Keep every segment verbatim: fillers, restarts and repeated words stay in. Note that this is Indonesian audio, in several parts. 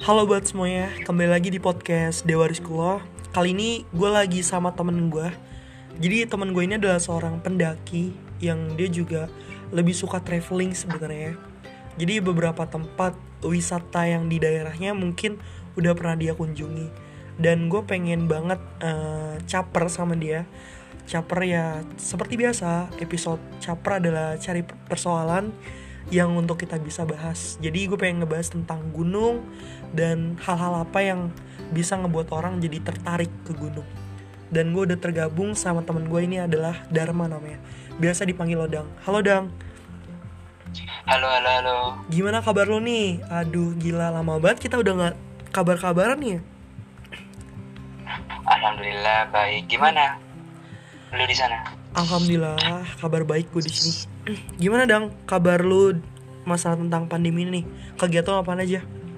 Halo buat semuanya, kembali lagi di podcast Dewa Rizkulo. Kali ini gue lagi sama temen gue. Jadi temen gue ini adalah seorang pendaki yang dia juga lebih suka traveling sebenarnya. Jadi beberapa tempat wisata yang di daerahnya mungkin udah pernah dia kunjungi. Dan gue pengen banget uh, caper sama dia. Caper ya seperti biasa, episode caper adalah cari persoalan yang untuk kita bisa bahas. Jadi gue pengen ngebahas tentang gunung dan hal-hal apa yang bisa ngebuat orang jadi tertarik ke gunung. Dan gue udah tergabung sama temen gue ini adalah Dharma namanya. Biasa dipanggil lo Dang. Halo Dang. Halo, halo, halo. Gimana kabar lo nih? Aduh gila, lama banget kita udah gak kabar-kabaran nih ya. Alhamdulillah baik. Gimana lu di sana? Alhamdulillah kabar baik gue di sini. Gimana Dang kabar lu masalah tentang pandemi ini nih? Kegiatan apaan aja?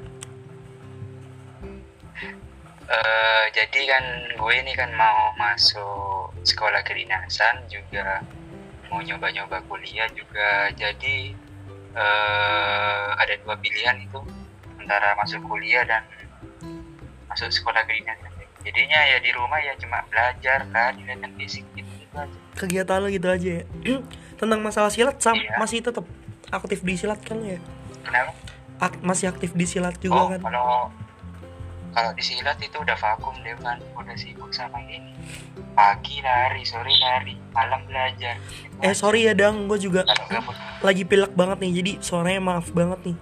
Uh, jadi kan gue ini kan mau masuk sekolah kedinasan, juga mau nyoba-nyoba kuliah juga. Jadi uh, ada dua pilihan itu, antara masuk kuliah dan masuk sekolah kedinasan. Jadinya ya di rumah ya cuma belajar kan, latihan fisik gitu, gitu aja. Kegiatan lo gitu aja ya. Tentang masalah silat Sam, Iya. masih tetap aktif di silat kan lo ya? Kenapa? Ak- masih aktif di silat juga Oh, kan? kalau kalau di silat itu udah vakum deh kan, udah sibuk sama ini. Pagi lari, sore lari, malam belajar. Gitu Eh aja. sorry ya Dang, gue juga Kalau gabut, lagi pilek banget nih, jadi suaranya maaf banget nih.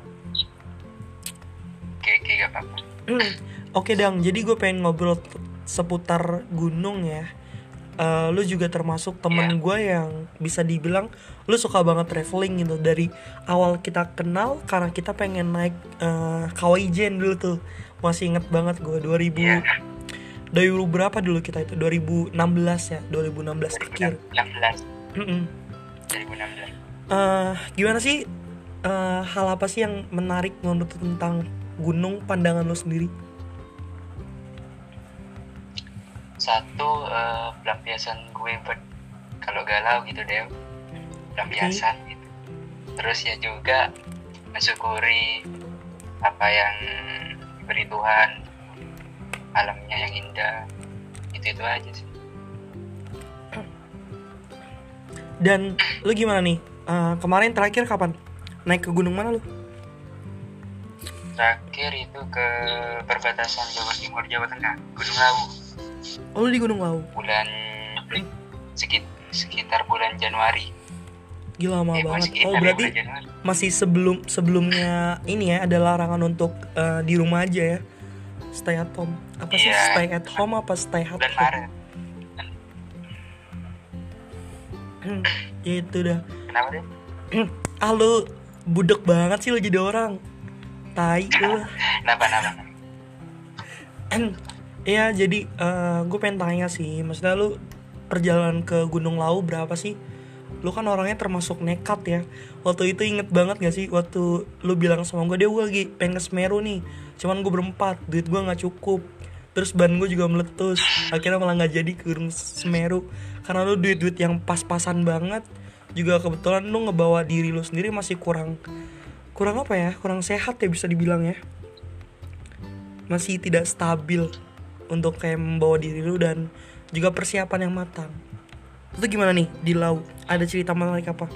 oke, oke, gak apa-apa. Oke Dang, jadi gue pengen ngobrol t- seputar gunung ya. Uh, lu juga termasuk temen Iya. gue yang bisa dibilang lu suka banget traveling gitu. Dari awal kita kenal karena kita pengen naik uh, Kawaijin dulu tuh. Masih inget banget gue dua ribu Iya. dari berapa dulu kita itu? dua ribu enam belas ya, dua ribu enam belas akhir. dua ribu enam belas. Mm-mm. dua ribu enam belas. Uh, gimana sih uh, hal apa sih yang menarik menurut lu tentang gunung, pandangan lu sendiri? Satu, uh, pelampiasan gue buat kalau galau gitu deh, pelampiasan Okay. gitu. Terus ya juga mensyukuri apa yang diberi Tuhan, alamnya yang indah. Itu-itu aja sih. Dan lu gimana nih? Uh, kemarin terakhir kapan? Naik ke gunung mana lu? Terakhir itu ke perbatasan Jawa Timur Jawa Tengah, Gunung Lawu, Oh lu di Gunung Lawu. bulan sekit, sekitar bulan Januari. Gila lama Eh, bukan banget. sekitar Oh ya, berarti bulan Januari. masih sebelum sebelumnya ini ya ada larangan untuk uh, di rumah aja ya. Stay at home. Apa sih Iya. stay at home apa stay at Bulan home? Maret. Itu dah. Kenapa deh? Ah lu budek banget sih lu jadi orang. Tai lu. Kenapa, kenapa? Iya jadi uh, gue pengen tanya sih. Maksudnya lu perjalanan ke Gunung Lawu berapa sih? Lu kan orangnya termasuk nekat ya. Waktu itu inget banget gak sih waktu lu bilang sama gue, dia gue lagi pengen ke Semeru nih, cuman gue berempat, duit gue gak cukup, terus ban gue juga meletus, akhirnya malah gak jadi ke Gunung Semeru. Karena lu duit-duit yang pas-pasan banget. Juga kebetulan lu ngebawa diri lu sendiri masih kurang Kurang apa ya, kurang sehat ya bisa dibilang ya. Masih tidak stabil untuk kayak membawa diri lu dan juga persiapan yang matang. Itu gimana nih di Lawu? Ada cerita menarik apa?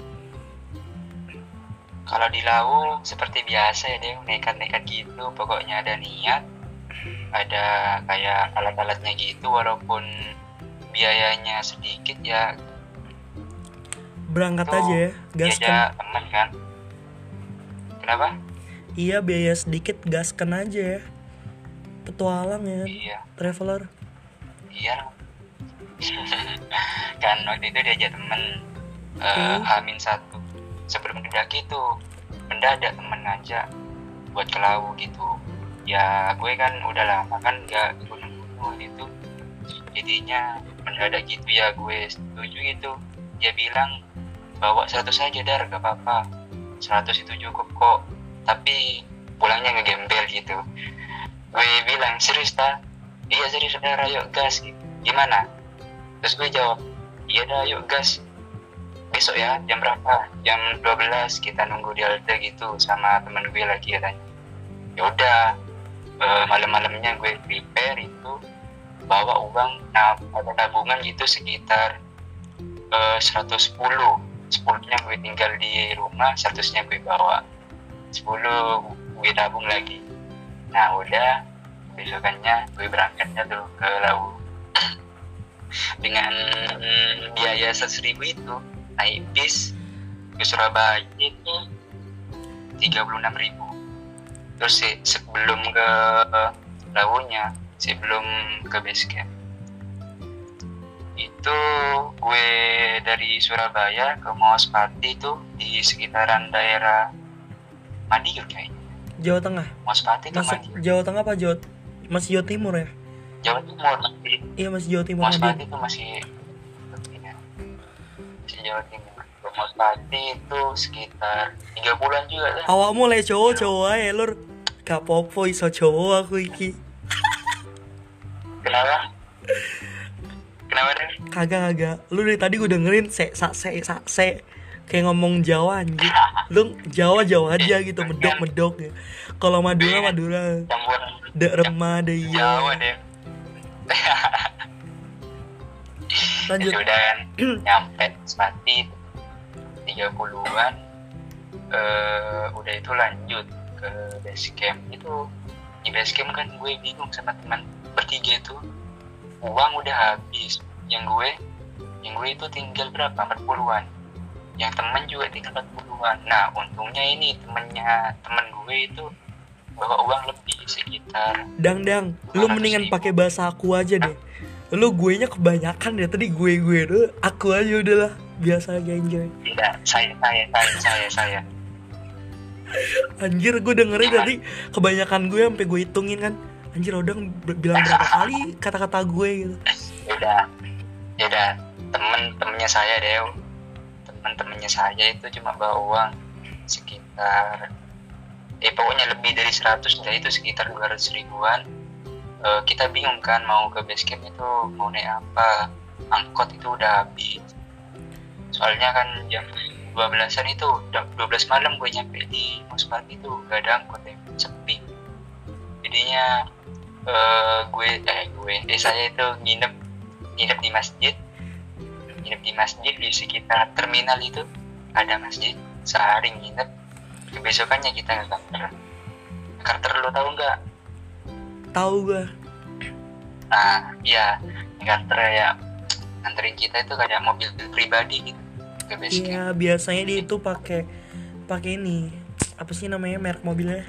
Kalau di Lawu seperti biasa ya deh, nekat-nekat gitu. Pokoknya ada niat, ada kayak alat-alatnya gitu, walaupun biayanya sedikit ya. Berangkat Itu aja ya, gaskan. diajak temen kan. Kenapa? Iya biaya sedikit, gaskan aja ya. Petualang ya, Iya, traveler. iya. Kan waktu itu diajak temen, Oke. uh, Hamin satu sebelum mendaki tuh mendadak temen ngajak buat ke Lawu gitu. Ya gue kan udah lama kan gak ke gunung-gunung gitu, jadinya mendadak gitu ya gue setuju gitu. Dia bilang bawa seratus aja Dar, gak apa-apa, seratus itu cukup kok, tapi pulangnya ngegembel gitu. Gue bilang serius ta? Iya serius Dar, ayo gas gitu. Gimana? Terus gue jawab, iya dah yuk gas. Besok ya jam berapa? Jam dua belas kita nunggu di halte gitu sama teman gue lagi katanya. Ya udah, uh, malam-malamnya gue prepare itu bawa uang, nah ada tabungan gitu sekitar uh, seratus sepuluh. Sepuluhnya gue tinggal di rumah, seratusnya gue bawa, sepuluh gue tabung lagi. Nah udah, besokannya gue berangkatnya tuh ke Lawu dengan mm, biaya seratus ribu itu, naik bis ke Surabaya itu tiga puluh enam ribu. Terus sih, sebelum ke Lawunya, sebelum ke base camp itu gue dari Surabaya ke Maospati itu di sekitaran daerah Madiun kayaknya. Jawa Tengah. Maospati itu Masuk Madiun. Jawa Tengah apa Jawa masih Jawa Timur ya? Jawa Timur masih. Iya masih Jawa Timur. Maospati itu masih masih Jawa Timur. Maospati itu sekitar tiga bulan juga lah. Awakmu le cowok-cowok ae lur. Gak popo iso cowok aku iki. Kenapa? Kenapa deh? Kagak kagak. Lu dari tadi gue dengerin se sak se sak se kayak ngomong Jawa anjir. Lu Jawa Jawa aja gitu, medok medok ya. Kalau Madura Madura. Campuran Dek remah deh iya. Jawa deh. Lanjut. Ya udah kan nyampe Maospati tiga puluhan. Uh, udah itu lanjut ke base camp. Itu di base camp kan gue bingung sama teman bertiga itu, uang udah habis. Yang gue yang gue itu tinggal berapa, empat puluhan. Yang temen juga tinggal empat puluhan. Nah untungnya ini temennya temen gue itu bawa uang lebih sekitar Dang dang, lu mendingan pakai bahasa aku aja deh. Lu gue nya kebanyakan ya, tadi gue gue tuh aku aja udahlah, biasa aja enjoy. Tidak, saya saya saya saya saya Anjir gue dengerin tadi kebanyakan gue sampai gue hitungin kan. Anjir Odang bilang berapa kali kata-kata gue gitu. Udah, ya udah temen-temennya saya deh, temen-temennya saya itu cuma bawa uang sekitar, eh pokoknya lebih dari seratus, jadi itu sekitar dua ratus ribuan. E, kita bingung kan mau ke base camp itu mau naik apa, angkot itu udah habis. Soalnya kan jam dua belasan itu, dua belas malam gue nyampe di Maospati itu gak ada angkot ya, sepi. Jadinya Uh, gue eh gue eh saya itu nginep nginep di masjid nginep di masjid di sekitar terminal itu ada masjid, sehari nginep. Kebesokannya kita ke Carter. Carter lo tahu nggak? Tahu gue. Nah iya, Carter ya nganterin kita itu kayak mobil pribadi gitu ke base camp. Iya biasanya dia itu pakai pakai ini apa sih namanya merek mobilnya?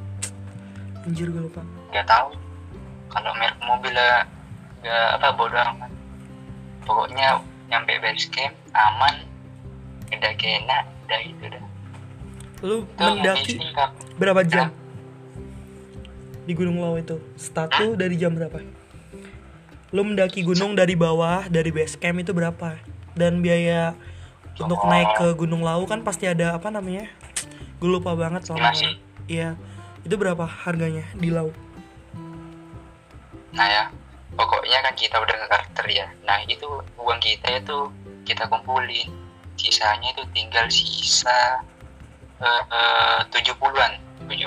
Anjir gue lupa. Gak tahu. Kalau merek mobilnya gak apa bodoh amat. Pokoknya nyampe base camp aman, udah enak, udah itu dah. Lu Itu mendaki singkat. berapa jam? Nah. Di Gunung Lawu itu start tuh dari jam berapa? Lu mendaki gunung dari bawah dari base camp itu berapa? Dan biaya untuk Oh. naik ke Gunung Lawu kan pasti ada apa namanya? Gue lupa banget soalnya. Estimasi. Iya. Itu berapa harganya di Lawu? Nah ya, pokoknya kan kita udah ke Carter ya. Nah itu uang kita itu kita kumpulin, sisanya itu tinggal sisa uh, uh, tujuh puluhan.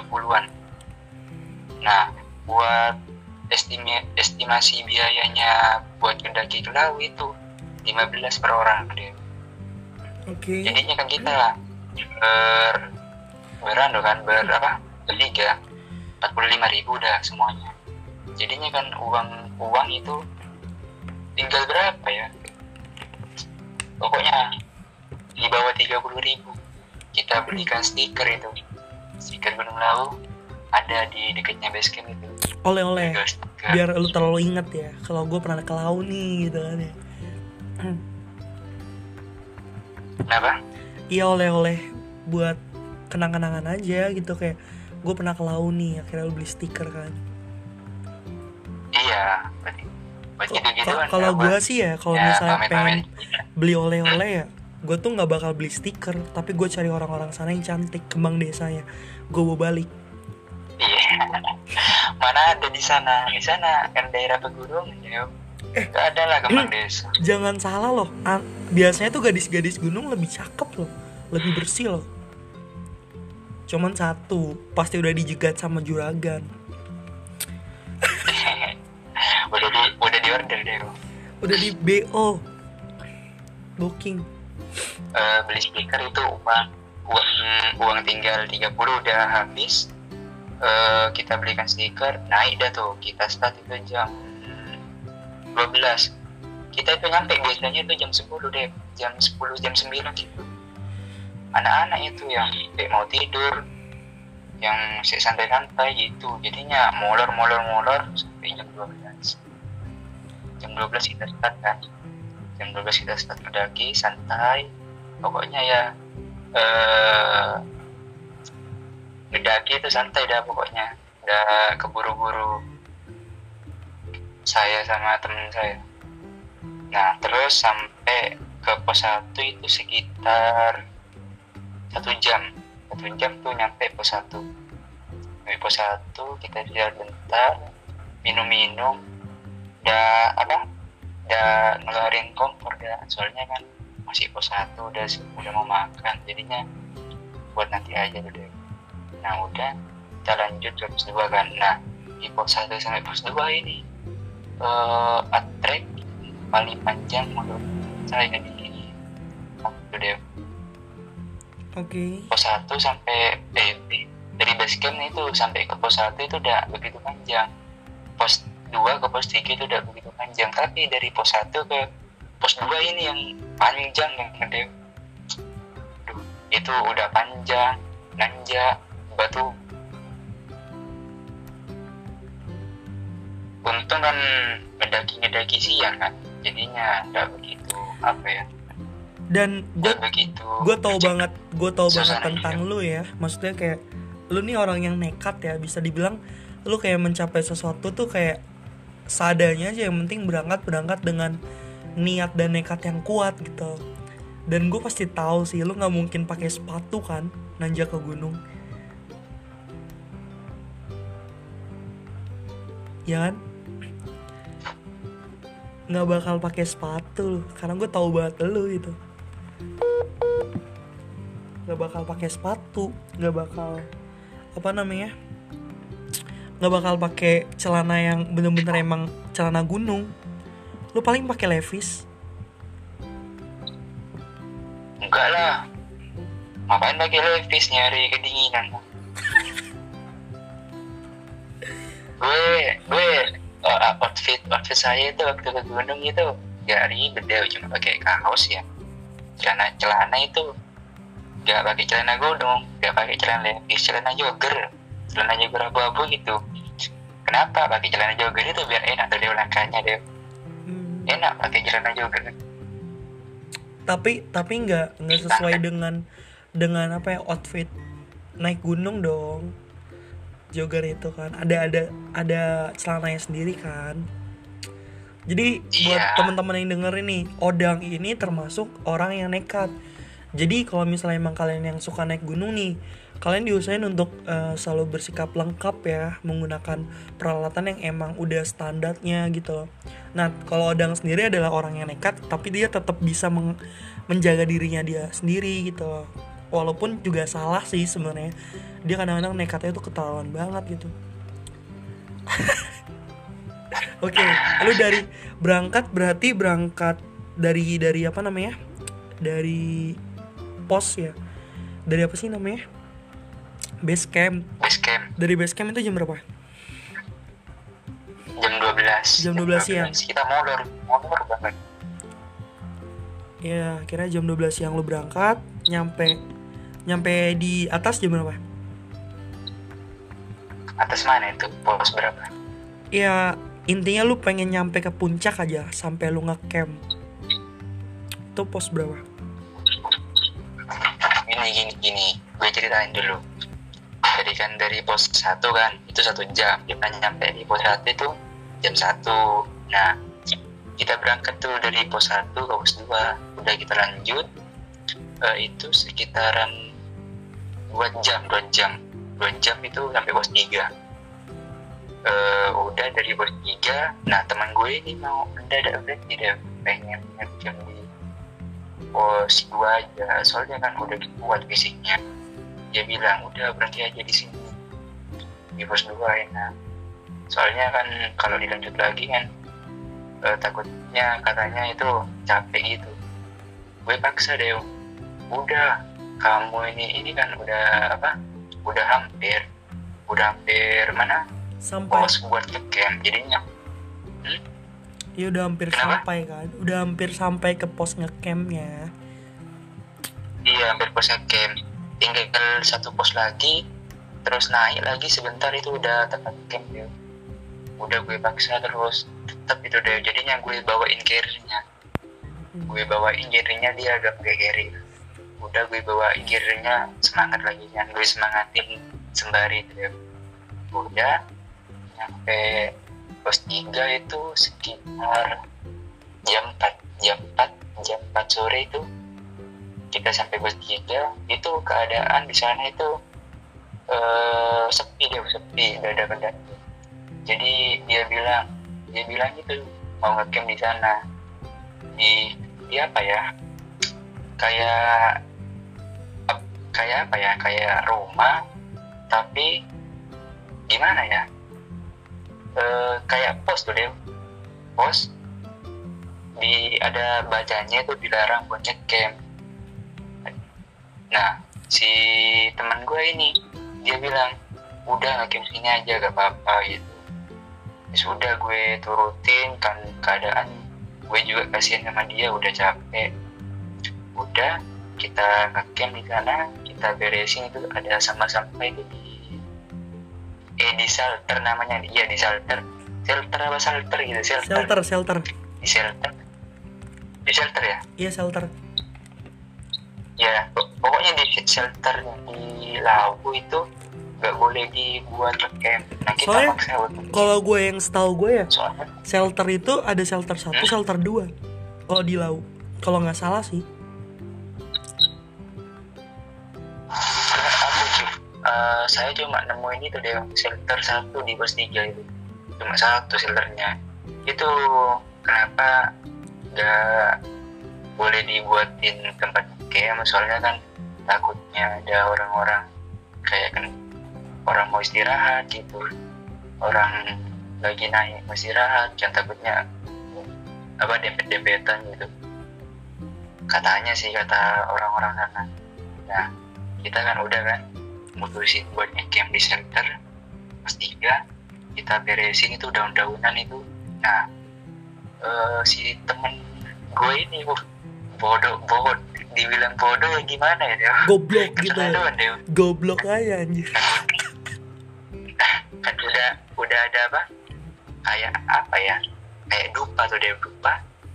Nah buat estimi- estimasi biayanya buat mendaki ke Lawu itu lima belas per orang deh. Oke. Okay. Jadinya kan kita ber beranu kan ber apa bertiga empat puluh lima ribu udah semuanya. Jadinya kan uang uang itu tinggal berapa ya? Pokoknya di bawah tiga puluh ribu. Kita belikan stiker itu, stiker Gunung Lawu ada di dekatnya base camp itu. Oleh-oleh. Biar lu terlalu inget ya. Kalau gue pernah ke Lawu nih gitu kan ya. Kenapa? Iya oleh-oleh buat kenang-kenangan aja gitu, kayak gue pernah ke Lawu nih, akhirnya lu beli stiker kan. Iya, berarti gitu-gitu kan. Kalau gue sih ya, kalau ya, misalnya pamit, pengen pamit. beli oleh-oleh ya, gue tuh nggak bakal beli stiker, tapi gue cari orang-orang sana yang cantik, kembang desanya, gue bawa balik. Iya, mana ada di sana, di sana kan daerah pegunungan ya. Eh, gak ada lah kembang desa. Jangan salah loh, An- biasanya tuh gadis-gadis gunung lebih cakep loh, lebih bersih loh. Cuman satu, pasti udah dijegat sama juragan. deh. Udah di B O booking. Uh, beli speaker itu uang uang uang tinggal tiga puluh udah habis. Uh, kita belikan stiker, naik dah tuh. Kita start itu jam dua belas. Kita itu nyampe biasanya itu jam sepuluh deh. Jam sepuluh, jam sembilan gitu. Anak-anak itu yang kayak mau tidur, yang santai-santai gitu. Jadinya molor-molor-molor sampai jam dua belas. Jam dua belas kita start kan. Jam dua belas kita start mendaki, santai. Pokoknya ya eh mendaki itu santai dah pokoknya. Udah keburu-buru saya sama temen saya. Nah terus sampai ke pos satu itu sekitar satu jam. Satu jam tuh nyampe pos satu. Di pos satu kita jalan bentar, minum-minum, udah apa? Udah ngeluarin kompor dah. Soalnya kan masih pos satu, udah udah mau makan, jadinya buat nanti aja deh. Nah udah kita lanjut ke pos dua kan. Nah di pos satu sampai pos dua ini uh, trek paling panjang menurut saya di waktu deh. Oke. Okay. Pos satu sampai eh, dari base camp itu sampai ke pos satu itu udah begitu panjang. Pos dua ke pos tiga itu udah begitu panjang, tapi dari pos satu ke pos dua ini yang panjang yang gede. Duh, itu udah panjang, nanjak, batu. Untung kan ngedaki-ngedaki siang kan, jadinya nggak begitu apa ya. Dan gue gue tau banget gue tau banget tentang hidup. Lu ya, maksudnya kayak lu nih orang yang nekat ya, bisa dibilang lu kayak mencapai sesuatu tuh kayak seadanya aja, yang penting berangkat berangkat dengan niat dan nekat yang kuat gitu. Dan gue pasti tahu sih lu nggak mungkin pakai sepatu kan nanjak ke gunung, ya kan? Nggak bakal pakai sepatu karena gue tahu banget lu gitu. Nggak bakal pakai sepatu, nggak bakal apa namanya, nggak bakal pakai celana yang bener-bener emang celana gunung. Lu paling pakai Levi's. Enggak lah, ngapain pakai Levi's, nyari kedinginan. gue gue uh, outfit outfit saya itu waktu ke gunung itu gak ribet deh, cuma pakai kaos ya, celana celana itu gak pakai celana gunung, gak pakai celana Levi's, celana jogger, celana jogger abu-abu gitu. Kenapa pakai celana jogger itu? Biar enak tuh deh langkahnya deh. Hmm. Enak pakai celana jogger. Tapi tapi nggak nggak sesuai dengan dengan apa ya, outfit naik gunung dong. Jogger itu kan ada ada ada celananya sendiri kan. Jadi iya. Buat teman-teman yang denger ini, Odang ini termasuk orang yang nekat. Jadi kalau misalnya emang kalian yang suka naik gunung nih, kalian diusahain untuk uh, selalu bersikap lengkap ya, menggunakan peralatan yang emang udah standarnya gitu. Nah kalau Odang sendiri adalah orang yang nekat, tapi dia tetap bisa meng- menjaga dirinya dia sendiri gitu. Walaupun juga salah sih sebenarnya, dia kadang-kadang nekatnya tuh keterlaluan banget gitu. Oke, okay, lu dari berangkat berarti berangkat dari dari apa namanya? Dari pos ya. Dari apa sih namanya? Base camp. Base camp. Dari base camp itu jam berapa? Jam dua belas. Jam dua belas siang. Kita molor, molor banget. Ya, kira jam dua belas siang lu berangkat, nyampe nyampe di atas jam berapa? Atas mana itu? Pos berapa? Ya, intinya lu pengen nyampe ke puncak aja sampai lu nge-camp. Itu pos berapa? Gini gini gini, gue ceritain dulu. Jadi kan dari pos satu kan itu satu jam, kita nyampe di pos satu itu jam satu. Nah, kita berangkat tuh dari pos satu ke pos dua, udah kita lanjut uh, itu sekitaran dua jam, dua jam, dua jam itu sampai pos tiga. Uh, udah dari pos tiga, nah teman gue ini mau mendadak berhenti deh, pengen ngejam di pos dua aja, soalnya kan udah kuat fisiknya. Dia bilang udah berhenti aja di sini di pos dua enak, soalnya kan kalau dilanjut lagi kan uh, takutnya katanya itu capek gitu. Gue paksa deh, udah kamu ini ini kan udah apa udah hampir udah hampir mana Sampai. pos buat ngecamp jadinya. hmm? Ya udah hampir Kenapa? sampai kan, udah hampir sampai ke pos ngecampnya. Iya, hampir pos ngecamp, tinggal satu pos lagi, terus naik lagi sebentar itu udah tempat camp ya. Udah gue paksa terus tetap itu deh, jadinya gue bawain carrier-nya. Gue bawain carrier-nya, dia agak pakai carrier. Udah gue bawain carrier-nya, semangat lagi kan, gue semangatin sembari itu deh. Udah nyampe pos tiga itu sekitar jam empat jam empat jam empat sore itu kita sampai pos tiga. Itu keadaan di sana itu uh, sepi deh, sepi, gak ada pendaki. Jadi dia bilang dia bilang itu mau ngecamp di sana, di di apa ya, kayak kayak apa ya kayak rumah tapi gimana ya, e, kayak pos tuh deh, pos di ada bacanya itu dilarang buat ngecamp. Nah si teman gue ini dia bilang udah ngecamp sini aja gak apa-apa gitu. Ya sudah gue turutin kan, keadaan gue juga kasihan sama dia, udah capek. Udah kita ngecamp di sana, kita beresin itu ada sampah-sampah itu di eh di shelter namanya, iya di shelter, shelter apa shelter gitu, shelter, Shelter, shelter. di shelter, di shelter ya, Iya shelter. ya pokoknya di shelter di Lawu itu nggak boleh dibuat camp. Nah kita Soalnya maksa untuk kalau gue yang setahu gue ya, soalnya shelter itu ada shelter satu, Hmm? shelter dua. Kalau di Lau, kalau nggak salah sih. aku sih uh, saya cuma nemuin itu deh, shelter satu di pos tiga itu, cuma satu shelternya. Itu kenapa nggak boleh dibuatin tempat camp, soalnya kan takutnya ada orang-orang kayak kan orang mau istirahat gitu, orang lagi naik mau istirahat, kan takutnya apa dempet-dempetan gitu katanya sih, kata orang-orang sana. Nah kita kan udah kan mutusin buat ngecamp di shelter pas tiga, kita beresin itu daun-daunan itu. Nah uh, si temen gue ini uh, bodoh bodoh dibilang bodoh ya gimana ya dia, Goblok gitu. keterlaluan deh. Goblok aja anjir. Kan udah udah ada apa kayak apa ya, kayak dupa tuh deh, dupa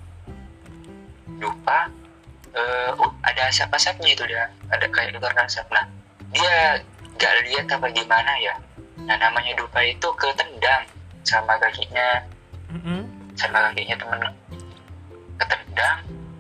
dupa uh, ada asap-asapnya itu, dah ada kayak keluar asap. Nah dia gak lihat apa gimana ya, nah namanya dupa itu ketendang sama kakinya, Mm-mm. sama kakinya temen, ketendang.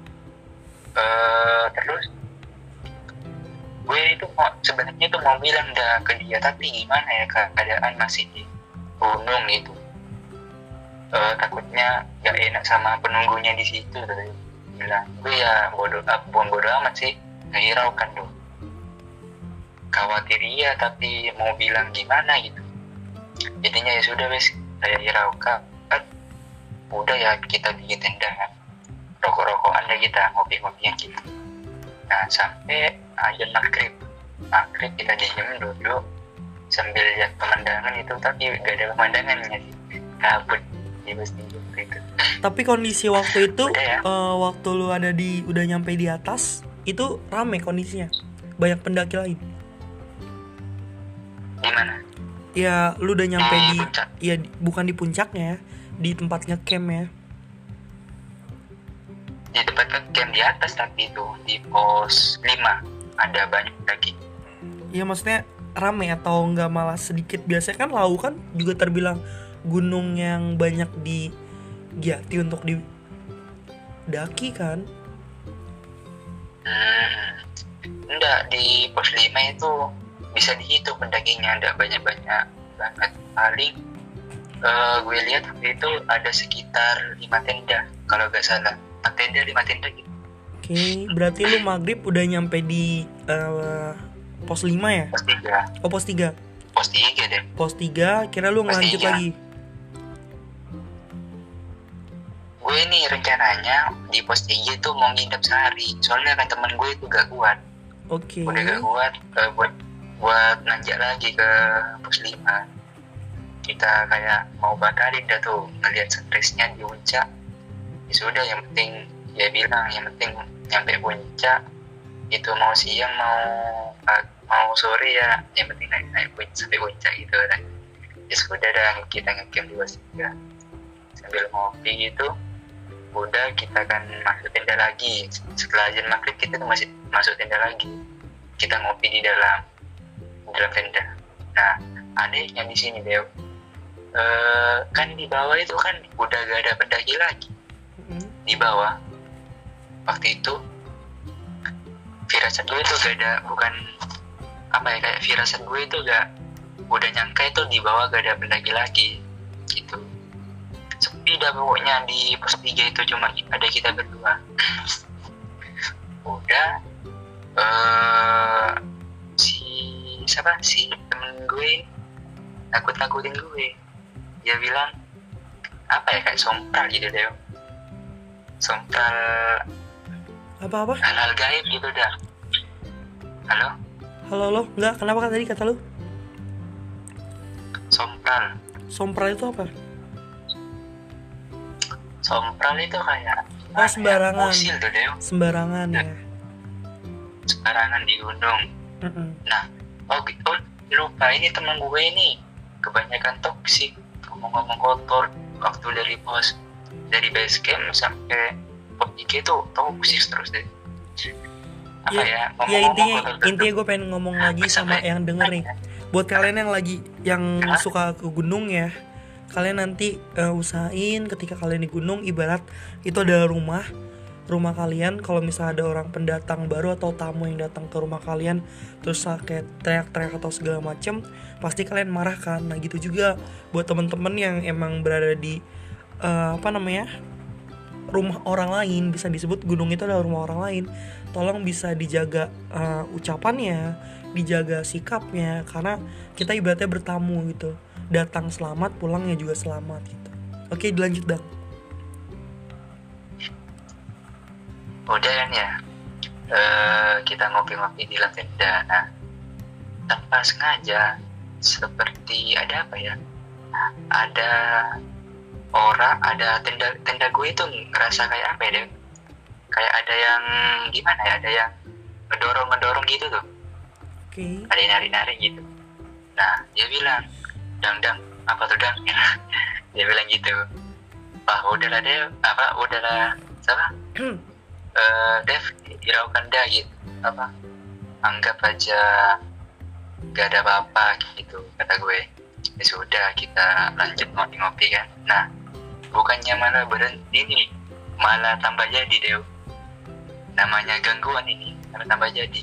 Uh, terus gue itu mau sebenarnya tuh mau bilang dah ke dia, tapi gimana ya, keadaan masih di gunung itu, uh, takutnya gak enak sama penunggunya di situ. Tadi bilang gue ya bodoh, ah, bukan bodoh amat sih, ngehiraukan dong, khawatir iya tapi mau bilang gimana gitu. Jadinya ya sudah wes, saya hiraukan, udah ya kita bikin tenda kan, rokok-rokokan deh kita, ngopi-ngopian gitu. Nah sampai aja maghrib maghrib kita diem duduk sambil lihat pemandangan itu, tapi gak ada pemandangannya sih, kabut di pos tiga gitu. Tapi kondisi waktu itu, Udah ya. eh, waktu lu ada di udah nyampe di atas, itu rame kondisinya, banyak pendaki lain. Gimana? Ya lu udah nyampe Di di, puncak. ya di- bukan di puncaknya ya, di tempat ngecamp ya. Di tempat camp di atas, tapi itu di pos lima ada banyak lagi. Ya maksudnya rame atau nggak malah sedikit? Biasanya kan Lau kan juga terbilang gunung yang banyak digiati untuk didaki kan. Hmm, enggak, di pos lima itu bisa dihitung pendakinya, enggak banyak-banyak banget. Paling uh, gue lihat waktu itu ada sekitar lima tenda kalau gak salah, empat tenda lima tenda gitu. Oke, berarti lu maghrib udah nyampe di eh, pos lima ya? Pos tiga, Oh pos tiga. pos tiga deh. Pos tiga, kira lu Pos ngelanjut tiga. lagi. gue nih rencananya di pos tiga tuh mau nginep sehari, soalnya kan temen gue itu gak kuat. Oke. Udah gak kuat uh, buat buat nanjak lagi ke pos lima. Kita kayak mau batalin dah tuh ngelihat sunrise-nya di puncak. Ya sudah, yang penting dia bilang yang penting nyampe puncak itu mau siang mau uh, mau sore ya, yang penting naik naik puncak sampai puncak gitu kan. Ya sudah dah, kita ngecamp di pos tiga sambil ngopi gitu. Udah kita kan masuk tenda lagi. Setelah azan maghrib kita tuh masih masuk tenda lagi. Kita ngopi di dalam di dalam tenda. Nah, anehnya di sini Dew, e, kan di bawah itu kan udah gak ada pendaki lagi. Mm-hmm. Di bawah waktu itu firasat gue itu gak ada, bukan apa ya, kayak firasat gue itu gak udah nyangka itu di bawah gak ada pendaki lagi gitu. Sepi dah pokoknya di pos tiga itu, cuma ada kita berdua. Udah uh, si siapa si temen gue takut-takutin gue. Dia bilang apa ya, kayak sompral gitu deh, sompral Apa-apa? hal-hal gaib gitu dah. Halo Halo lo, enggak, kenapa kan tadi kata lu? sompral Sompral itu apa? sompral itu kayak Oh, sembarangan. usil tuh deh, Sembarangan ya. sembarangan di gunung. Mm-mm. Nah, oh gitu, lupa ini teman gue ini kebanyakan toksik, ngomong-ngomong kotor waktu dari pos dari base camp sampai pos tiga itu toksik terus deh. Apa Ya, ya? ya ngomong-ngomong intinya kotor-kotor. intinya gue pengen ngomong lagi sama Sampai- yang denger nih. Buat kalian yang lagi yang Hah? suka ke gunung ya, kalian nanti uh, usahain ketika kalian di gunung, ibarat itu adalah rumah rumah kalian. Kalau misalnya ada orang pendatang baru atau tamu yang datang ke rumah kalian terus uh, kayak teriak-teriak atau segala macem, pasti kalian marah kan. Nah gitu juga buat teman-teman yang emang berada di uh, apa namanya rumah orang lain, bisa disebut gunung itu adalah rumah orang lain. Tolong bisa dijaga uh, ucapannya, dijaga sikapnya, karena kita ibaratnya bertamu gitu. Datang selamat, pulangnya juga selamat gitu. Oke, dilanjut Dang. Udah kan ya, eh, kita ngopi-ngopi di dalam tenda. Nah, tanpa sengaja seperti ada apa ya, ada orang, ada tenda tenda gue itu ngerasa kayak apa ya deh, kayak ada yang gimana ya, ada yang ngedorong ngedorong gitu tuh, Oke. ada yang narik-narik gitu. Nah, dia bilang, dang dang apa tuh dang? Dia bilang gitu. Wah, udahlah deh, apa udahlah siapa? uh, Dev, hiraukan dah gitu, apa, anggap aja gak ada apa-apa gitu, kata gue. Ya sudah, kita lanjut ngopi-ngopi kan. Nah, bukannya malah berhenti nih, malah tambah jadi deh. Namanya gangguan ini, malah tambah jadi.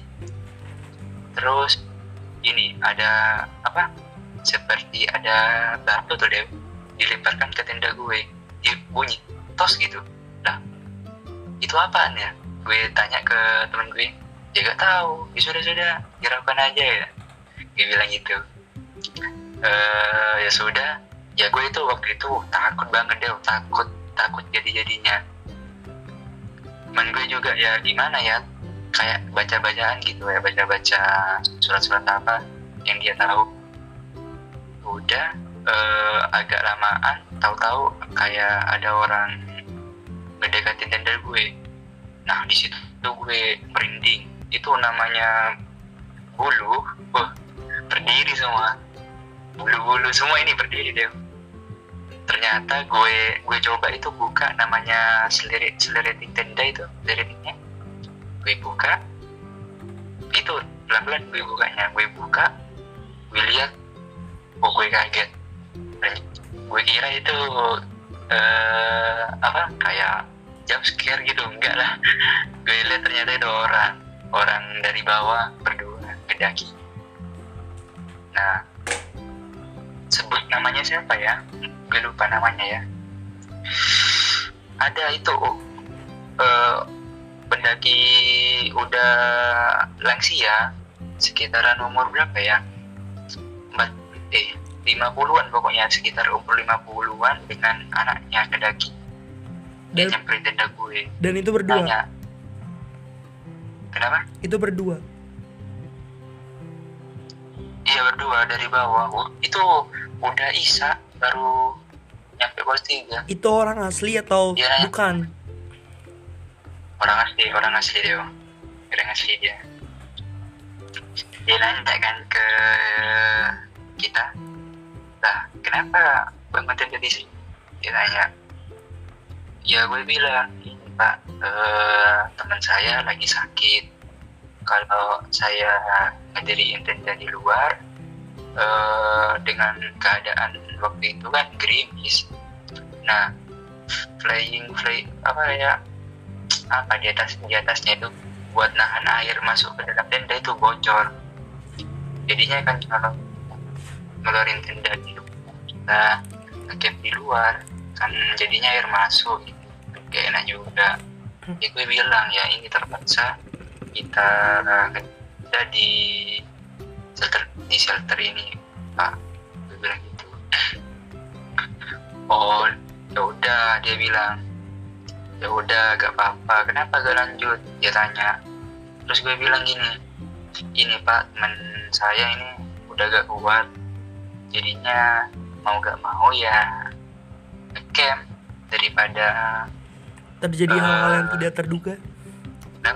Terus ini ada apa, seperti ada batu tuh deh, dilemparkan ke tenda gue. Dia bunyi tos gitu. Lah, itu apaan ya? Gue tanya ke temen gue, dia gak tahu. Ya sudah sudah, hiraukan aja ya. Dia bilang gitu. Uh, ya sudah, ya gue itu waktu itu takut banget deh, takut takut jadi jadinya. Temen gue juga ya gimana ya, kayak baca bacaan gitu ya, baca baca surat-surat apa yang dia tahu. Udah uh, agak lamaan, tahu-tahu kayak ada orang ngedekatin tenda gue. Nah di situ tuh gue merinding. Itu namanya bulu, wah berdiri semua, bulu-bulu semua ini berdiri deh. Ternyata gue gue coba itu buka namanya selirit seliriting tenda itu, seliritingnya gue buka, itu pelan-pelan gue bukanya, gue buka, gue lihat, oh gue kaget. Dan gue kira itu uh, apa kayak jump scare gitu, enggak lah. Gue lihat ternyata itu orang orang dari bawah berdua ngedaki. Nah, sebut namanya siapa ya, gue lupa namanya ya. Ada itu uh, pendaki udah lansia, sekitaran umur berapa ya, empat eh lima puluhan pokoknya, sekitar umur lima puluhan dengan anaknya ngedaki. Dia Dan, nyamperin tenda gue. dan itu berdua. Tanya, kenapa? Itu berdua. Iya berdua dari bawah. Oh, itu udah Isa baru nyampe pos tiga. Itu orang asli atau Ya. bukan? Orang asli, orang asli dia. Orang asli dia. Dia nanya kan ke kita, lah kenapa bangun tenda di sini? Dia nanya. Ya gue bilang, ini Pak, eh, teman saya lagi sakit. Kalau saya ngediriin tenda di luar, eh, dengan keadaan waktu itu kan gerimis. Nah, flying fly apa ya? Apa di atas di atasnya itu buat nahan air masuk ke dalam tenda itu bocor. Jadinya kan kalau ngeluarin tenda di luar, kita ngecamp di luar, kan jadinya air masuk gitu. Gak enak juga. Ya gue bilang ya ini terpaksa kita ada di shelter di shelter ini Pak, gue bilang gitu. Oh ya udah, dia bilang ya udah gak apa-apa, kenapa gak lanjut, dia tanya. Terus gue bilang gini, ini Pak, teman saya ini udah gak kuat, jadinya mau gak mau ya camp daripada Terjadi Eh, hal-hal yang tidak terduga. kenapa?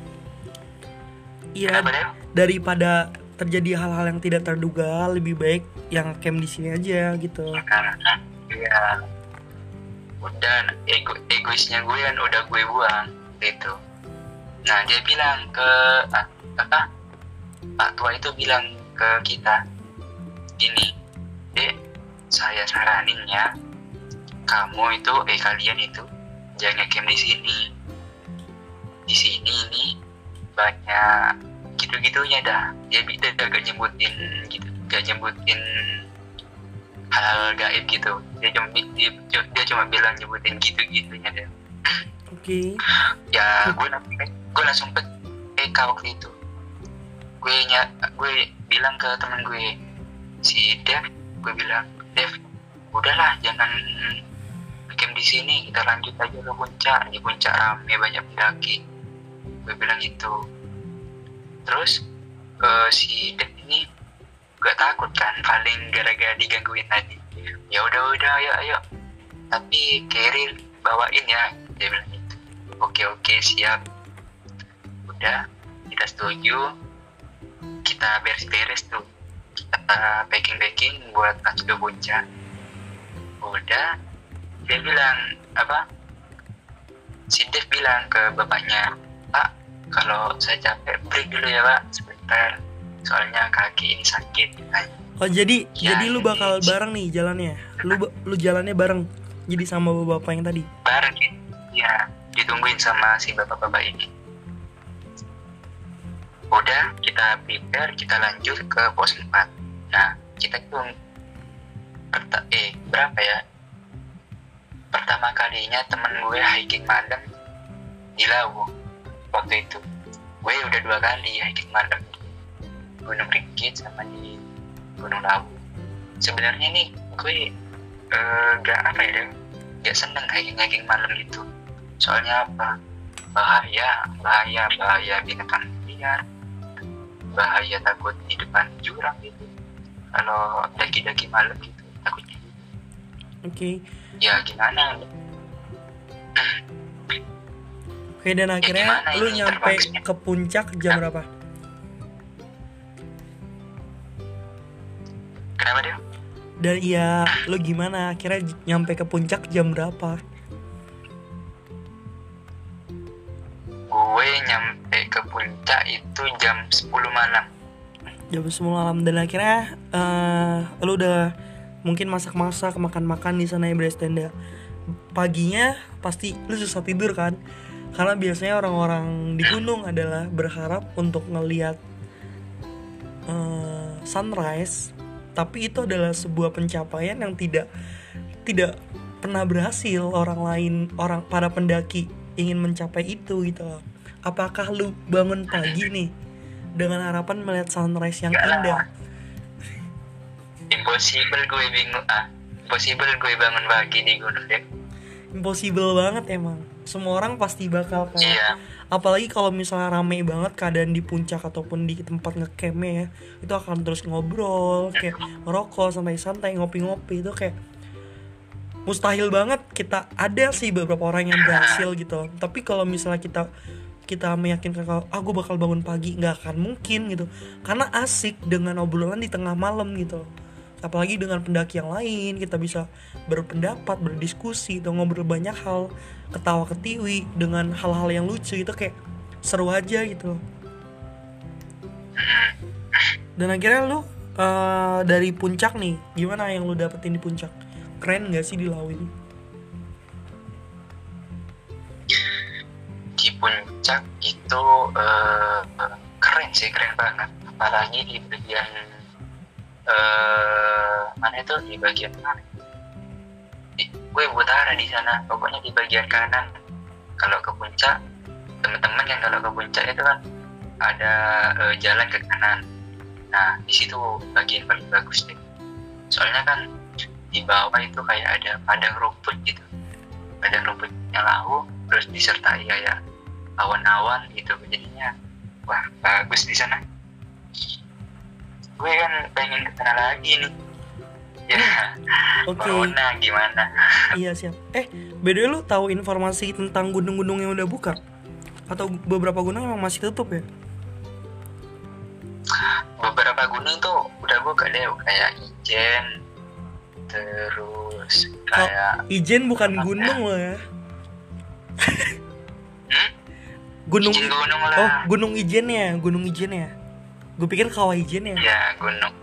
Iya, Kenapa dia? daripada terjadi hal-hal yang tidak terduga, lebih baik yang camp di sini aja gitu. Karena ya udah ego egoisnya gue kan udah gue buang gitu. Nah dia bilang ke ah, apa Pak tua itu bilang ke kita gini, Dek, saya saranin ya kamu itu eh kalian itu jangan camp di sini. Di sini ini banyak gitu-gitunya dah. Dia dia agak nyebutin gitu, gak nyebutin hal gaib gitu. Dia cuma dia, dia cuma bilang nyebutin gitu-gitunya deh. Oke. Ya gue langsung gue langsung P K waktu itu. Gue nya gue bilang ke teman gue si Dev, gue bilang Dev, udahlah jangan camp di sini, kita lanjut aja ke puncak. Di puncak rame banyak pendaki. Gue bilang gitu. Terus uh, si Dev ini gak takut kan, paling gara-gara digangguin tadi. Ya udah udah ayo ayo. Tapi carry bawain ya, dia bilang gitu. Oke oke siap. Udah kita setuju. Kita beres-beres tuh. Kita packing-packing buat lanjut ke puncak. Udah dia bilang apa? Si Dev bilang ke bapaknya, Pak, kalau saya capek break dulu ya Pak, sebentar. Soalnya kaki ini sakit. Oh jadi Ya, jadi lu bakal bareng nih jalannya. Lu ba- lu jalannya bareng. Jadi sama bapak yang tadi. Bareng ya, ditungguin sama si bapak-bapak ini. Udah kita prepare, kita lanjut ke pos empat. Nah kita itu perta- eh berapa ya? Pertama kalinya temen gue hiking malam di Lawu waktu itu. Gue udah dua kali hiking malam di Gunung Ringgit sama di Gunung Lawu. Sebenarnya nih gue uh, gak apa ya, gak seneng hiking-hiking malam gitu. Soalnya apa? Bahaya, bahaya, bahaya binatang liar, bahaya takut di depan jurang gitu. Kalau daki-daki malam gitu takutnya. Oke. Okay. Ya gimana? Oke, dan akhirnya gimana lu ini nyampe terbaksnya? ke puncak jam berapa? Kenapa dia? Dan iya, lu gimana? Akhirnya j- nyampe ke puncak jam berapa? Gue nyampe ke puncak itu jam sepuluh malam. Jam sepuluh malam. Dan akhirnya eh lu udah mungkin masak-masak, makan-makan di sana ya, beres tenda. Paginya pasti lu susah tidur kan? Karena biasanya orang-orang di gunung adalah berharap untuk ngelihat eh, sunrise, tapi itu adalah sebuah pencapaian yang tidak tidak pernah berhasil. Orang lain, orang para pendaki ingin mencapai itu gitu loh. Apakah lu bangun pagi nih dengan harapan melihat sunrise yang Enggak lah. indah? Impossible gue bingung ah. Impossible gue bangun pagi di gunung deh. impossible banget emang. Semua orang pasti bakal kayak, Iya. apalagi kalau misalnya rame banget keadaan di puncak ataupun di tempat ngecampnya ya, itu akan terus ngobrol, kayak ngerokok sampai santai ngopi-ngopi. Itu kayak mustahil banget. Kita ada sih beberapa orang yang berhasil gitu, tapi kalau misalnya kita kita meyakinkan kalau ah gue bakal bangun pagi, nggak akan mungkin gitu, karena asik dengan obrolan di tengah malam gitu. Apalagi dengan pendaki yang lain, kita bisa berpendapat, berdiskusi, atau ngobrol banyak hal, ketawa ketiwi dengan hal-hal yang lucu. Itu kayak seru aja gitu. Dan akhirnya lu uh, dari puncak nih, gimana yang lu dapetin di puncak? Keren gak sih di Lawu ini? Di puncak itu uh, keren sih, keren banget. Apalagi di bagian uh, mana itu, di bagian mana? Di, gue utara di sana, pokoknya di bagian kanan. Kalau ke puncak, teman-teman yang kalau ke puncak itu kan ada uh, jalan ke kanan. Nah, di situ bagian paling bagus deh. Soalnya kan di bawah itu kayak ada padang rumput gitu. Padang rumputnya Lawu, terus disertai kayak awan-awan gitu. Jadinya wah, bagus di sana. Gue kan pengen ke sana lagi nih. Ya, Oke. corona gimana? Iya siap. Eh, by the way lu tahu informasi tentang gunung-gunung yang udah buka? Atau beberapa gunung emang masih tutup ya? Beberapa gunung tuh udah buka deh, kayak Ijen, terus kayak Ijen bukan gunung loh ya. hmm? Gunung Ijen gunung lah. Oh, Gunung Ijen ya, Gunung Ijen ya. Gue pikir Kawah Ijen ya. Ya, gunung.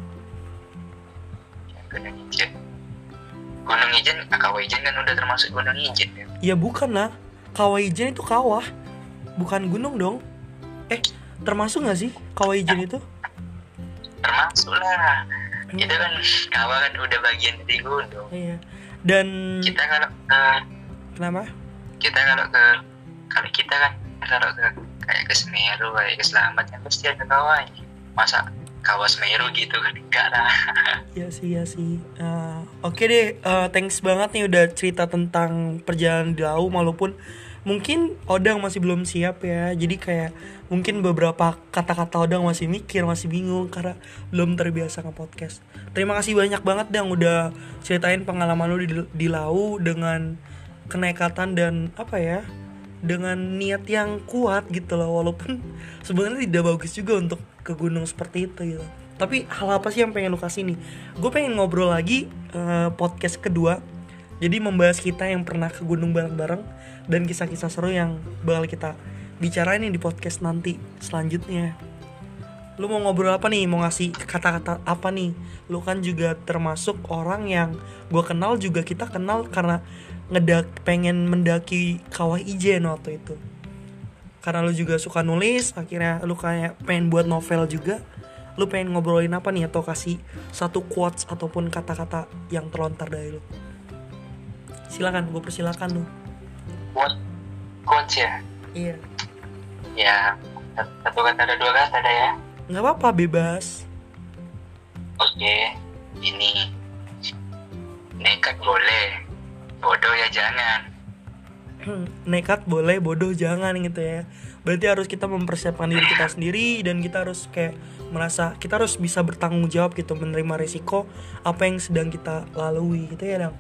Ya, gunung Ijen. Gunung Ijen, nah, Kawah Ijen kan udah termasuk gunung Ijen ya. Ya bukan lah. Kawah Ijen itu kawah, bukan gunung dong. Eh, termasuk gak sih Kawah Ijen itu? Termasuk lah. Itu kan kawah kan udah bagian dari gunung. Iya. Dan Kita kalau ke kenapa? kita kalau ke kalau kita kan kalau ke kayak ke Semeru, kayak ke Selamat kan pasti ada kawahnya. Masa kawah Semeru gitu kan, enggak lah. Iya sih, iya sih. Uh, Oke deh, uh, thanks banget nih udah cerita tentang perjalanan di Lawu. Walaupun mungkin Odang masih belum siap ya. Jadi kayak mungkin beberapa kata-kata Odang masih mikir, masih bingung karena belum terbiasa nge-podcast. Terima kasih banyak banget Dang udah ceritain pengalaman lu di, di Lawu dengan kenekatan dan apa ya, dengan niat yang kuat gitu loh. Walaupun sebenarnya tidak bagus juga untuk ke gunung seperti itu gitu. Tapi hal apa sih yang pengen lu kasih nih? Gue pengen ngobrol lagi uh, podcast kedua. Jadi membahas kita yang pernah ke gunung bareng-bareng dan kisah-kisah seru yang bakal kita bicarain nih di podcast nanti selanjutnya. Lu mau ngobrol apa nih? Mau ngasih kata-kata apa nih? Lu kan juga termasuk orang yang gue kenal, juga kita kenal karena ngedak pengen mendaki Kawah Ijen waktu itu. Karena lu juga suka nulis, akhirnya lu kayak pengen buat novel juga. Lu pengen ngobrolin apa nih? Atau kasih satu quotes ataupun kata-kata yang terlontar dari lu. Silakan, gue persilakan lu. Quote, quotes ya. Iya. Ya, satu kata ada dua kata ada ya. Nggak apa-apa, bebas. Oke, ini nekat boleh, bodoh ya jangan. Nekat boleh, bodoh jangan gitu ya. Berarti harus kita mempersiapkan diri kita sendiri dan kita harus kayak merasa kita harus bisa bertanggung jawab gitu, menerima resiko apa yang sedang kita lalui gitu ya Dang.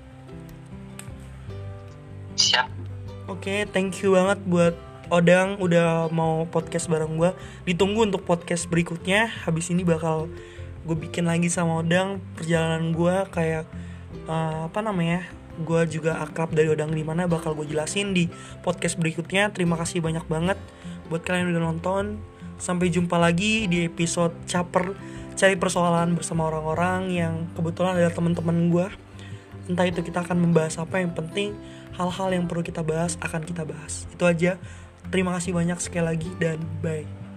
Siap. Oke, thank you banget buat Odang udah mau podcast bareng gue. Ditunggu untuk podcast berikutnya. Habis ini bakal gue bikin lagi sama Odang perjalanan gue kayak uh, apa namanya? Gue juga akrab dari Odang di mana, bakal gue jelasin di podcast berikutnya. Terima kasih banyak banget buat kalian yang udah nonton. Sampai jumpa lagi di episode Caper Cari Persoalan bersama orang-orang yang kebetulan ada teman-teman gue. Entah itu kita akan membahas apa, yang penting hal-hal yang perlu kita bahas akan kita bahas. Itu aja. Terima kasih banyak sekali lagi dan bye.